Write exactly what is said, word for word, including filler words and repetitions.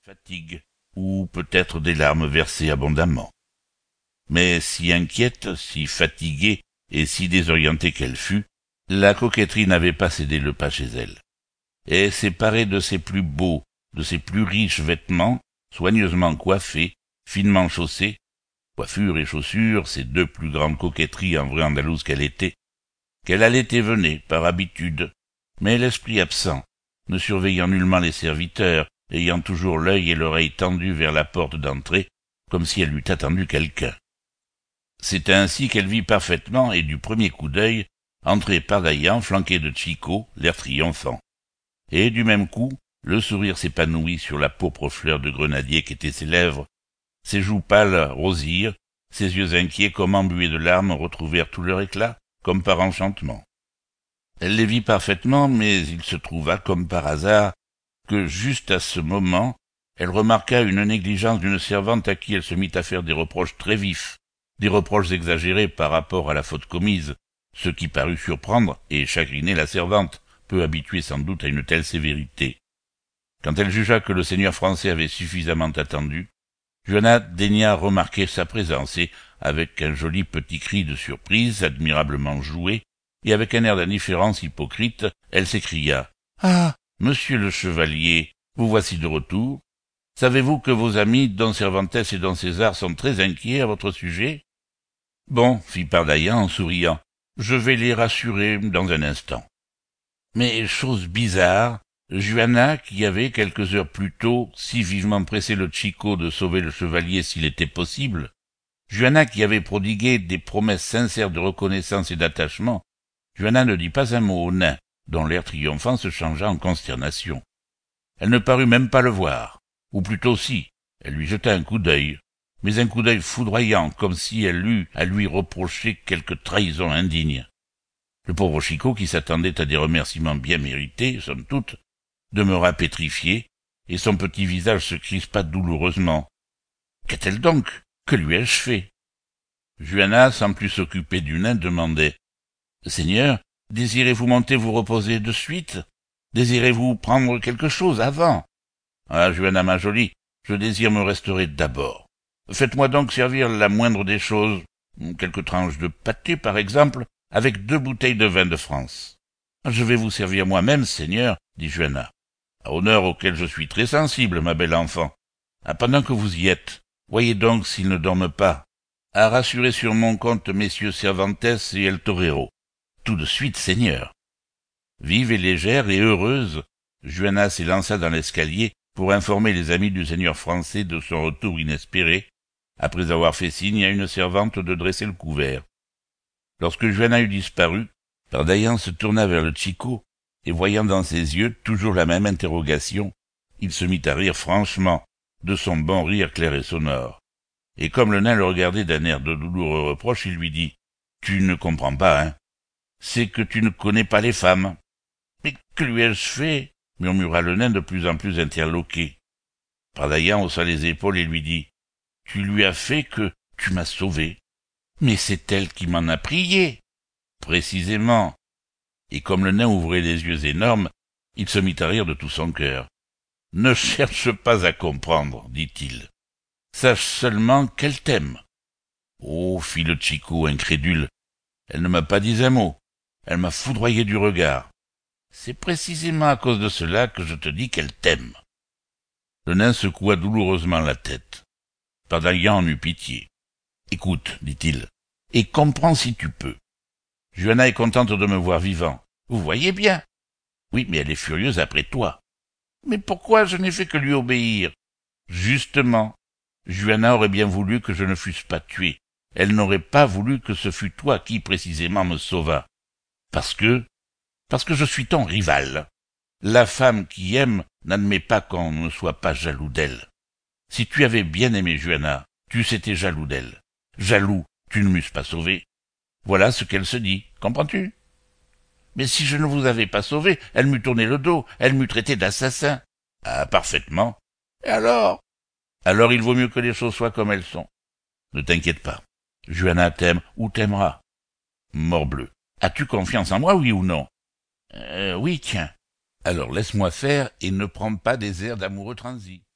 fatigue, ou peut-être des larmes versées abondamment. Mais si inquiète, si fatiguée et si désorientée qu'elle fût, la coquetterie n'avait pas cédé le pas chez elle. Et séparée de ses plus beaux, de ses plus riches vêtements, soigneusement coiffés, finement chaussés, coiffure et chaussures, ces deux plus grandes coquetteries en vraie andalouse qu'elle était, qu'elle allait et venait par habitude, mais l'esprit absent, ne surveillant nullement les serviteurs, ayant toujours l'œil et l'oreille tendus vers la porte d'entrée, comme si elle eût attendu quelqu'un. C'était ainsi qu'elle vit parfaitement, et du premier coup d'œil, entrer Pardaillan flanqué de Chicot, l'air triomphant. Et du même coup, le sourire s'épanouit sur la pourpre fleur de grenadier qu'étaient ses lèvres, ses joues pâles rosirent, ses yeux inquiets comme embués de larmes retrouvèrent tout leur éclat, comme par enchantement. Elle les vit parfaitement, mais il se trouva, comme par hasard, que juste à ce moment, elle remarqua une négligence d'une servante à qui elle se mit à faire des reproches très vifs, des reproches exagérés par rapport à la faute commise, ce qui parut surprendre et chagriner la servante, peu habituée sans doute à une telle sévérité. Quand elle jugea que le seigneur français avait suffisamment attendu, Joanna daigna remarquer sa présence et, avec un joli petit cri de surprise admirablement joué, et avec un air d'indifférence hypocrite, elle s'écria « Ah, monsieur le chevalier, vous voici de retour. Savez-vous que vos amis, don Cervantes et don César, sont très inquiets à votre sujet ?» « Bon, fit Pardaillan en souriant, je vais les rassurer dans un instant. » Mais, chose bizarre, Joanna, qui avait, quelques heures plus tôt, si vivement pressé le Chicot de sauver le chevalier s'il était possible, Joanna qui avait prodigué des promesses sincères de reconnaissance et d'attachement, Joanna ne dit pas un mot au nain, dont l'air triomphant se changea en consternation. Elle ne parut même pas le voir, ou plutôt si, elle lui jeta un coup d'œil, mais un coup d'œil foudroyant, comme si elle eût à lui reprocher quelque trahison indigne. Le pauvre Chicot, qui s'attendait à des remerciements bien mérités, somme toute, demeura pétrifié, et son petit visage se crispa douloureusement. Qu'a-t-elle donc? Que lui ai-je fait? Joanna, sans plus s'occuper du nain, demandait « Seigneur, désirez-vous monter vous reposer de suite? Désirez-vous prendre quelque chose avant? »« Ah, Joanna, ma jolie, je désire me restaurer d'abord. Faites-moi donc servir la moindre des choses, quelques tranches de pâté, par exemple, avec deux bouteilles de vin de France. »« Je vais vous servir moi-même, seigneur, dit Joanna. »« Honneur auquel je suis très sensible, ma belle enfant. Ah, pendant que vous y êtes, voyez donc s'ils ne dorment pas. À rassurer sur mon compte messieurs Cervantes et El Torero. Tout de suite, seigneur. » Vive et légère et heureuse, Joanna s'élança dans l'escalier pour informer les amis du seigneur français de son retour inespéré, après avoir fait signe à une servante de dresser le couvert. Lorsque Joanna eut disparu, Pardaillan se tourna vers le Chicot, et voyant dans ses yeux toujours la même interrogation, il se mit à rire franchement, de son bon rire clair et sonore. Et comme le nain le regardait d'un air de douloureux reproche, il lui dit « Tu ne comprends pas, hein? C'est que tu ne connais pas les femmes. »« Mais que lui ai-je fait ?» murmura le nain de plus en plus interloqué. Pardaillan haussa les épaules et lui dit « Tu lui as fait que tu m'as sauvé. »« Mais c'est elle qui m'en a prié. » Précisément. Et comme le nain ouvrait les yeux énormes, il se mit à rire de tout son cœur. « Ne cherche pas à comprendre, dit-il. Sache seulement qu'elle t'aime. »« Oh, fit le Chicot incrédule, elle ne m'a pas dit un mot. Elle m'a foudroyé du regard. C'est précisément à cause de cela que je te dis qu'elle t'aime. » Le nain secoua douloureusement la tête. Pardaillan en eut pitié. « Écoute, dit-il, et comprends si tu peux. Joanna est contente de me voir vivant. Vous voyez bien. Oui, mais elle est furieuse après toi. Mais pourquoi je n'ai fait que lui obéir? Justement, Joanna aurait bien voulu que je ne fusse pas tué. Elle n'aurait pas voulu que ce fût toi qui précisément me sauvât. Parce que, parce que je suis ton rival. La femme qui aime n'admet pas qu'on ne soit pas jaloux d'elle. Si tu avais bien aimé Joanna, tu eussent été jaloux d'elle. Jaloux, tu ne m'eusses pas sauvé. Voilà ce qu'elle se dit, comprends-tu? Mais si je ne vous avais pas sauvé, elle m'eût tourné le dos, elle m'eût traité d'assassin. Ah, parfaitement. Et alors? Alors il vaut mieux que les choses soient comme elles sont. Ne t'inquiète pas. Joanna t'aime ou t'aimera. Morbleu. As-tu confiance en moi, oui ou non? Euh, oui, tiens. Alors laisse-moi faire et ne prends pas des airs d'amoureux transi.